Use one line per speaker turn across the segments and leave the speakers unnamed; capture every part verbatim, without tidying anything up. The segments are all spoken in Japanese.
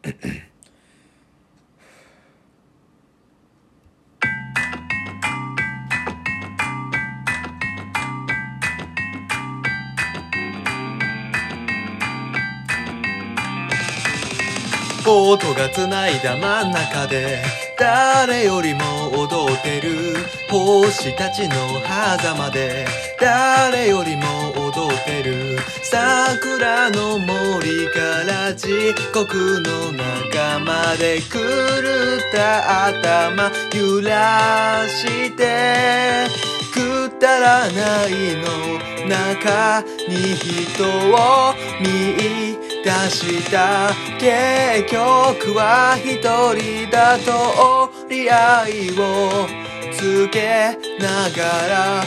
音がつないだ真ん中で誰よりも踊ってる星たちの狭間で誰よりも踊ってる桜の森から時刻の中まで狂った頭揺らしてくだらないの中に人を見出した結局は一人だと折り合いをつけながら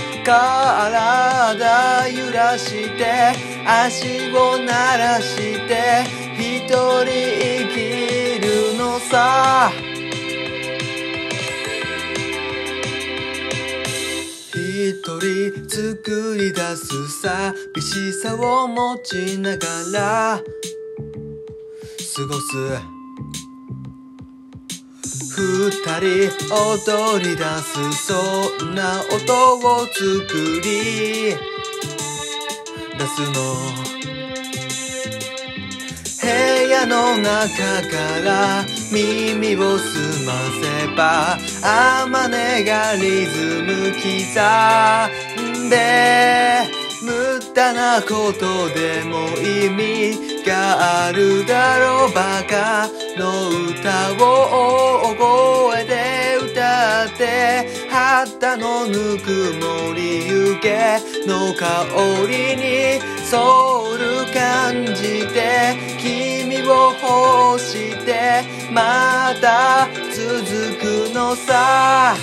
体揺らして足を鳴らして一人生きるのさ一人作り出す寂しさを持ちながら過ごす二人踊り出すそんな音を作り出すの部屋の中から耳を澄ませば雨音がリズム刻んで無駄なことでも意味があるだろうバカの歌を大声で歌って肌のぬくもり湯気の香りにソウル感じて君を欲してまた続くのさ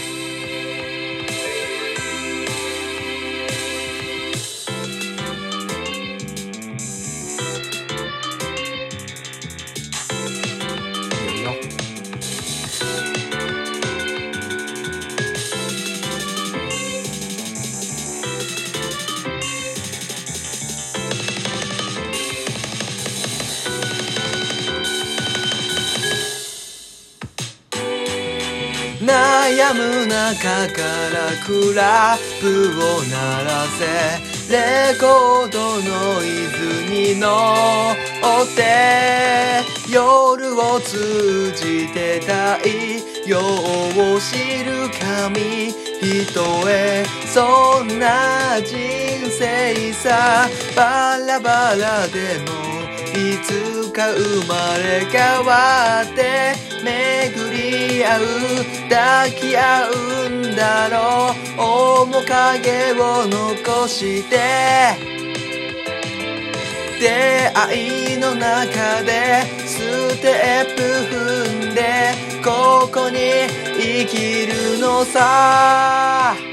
悩む中からクラブを鳴らせレコードの椅子に乗って夜を通じて太陽を知る神人へそんな人生さバラバラでもいつか生まれ変わって巡り合う抱き合うんだろう面影を残して出会いの中でステップ踏んでここに生きるのさ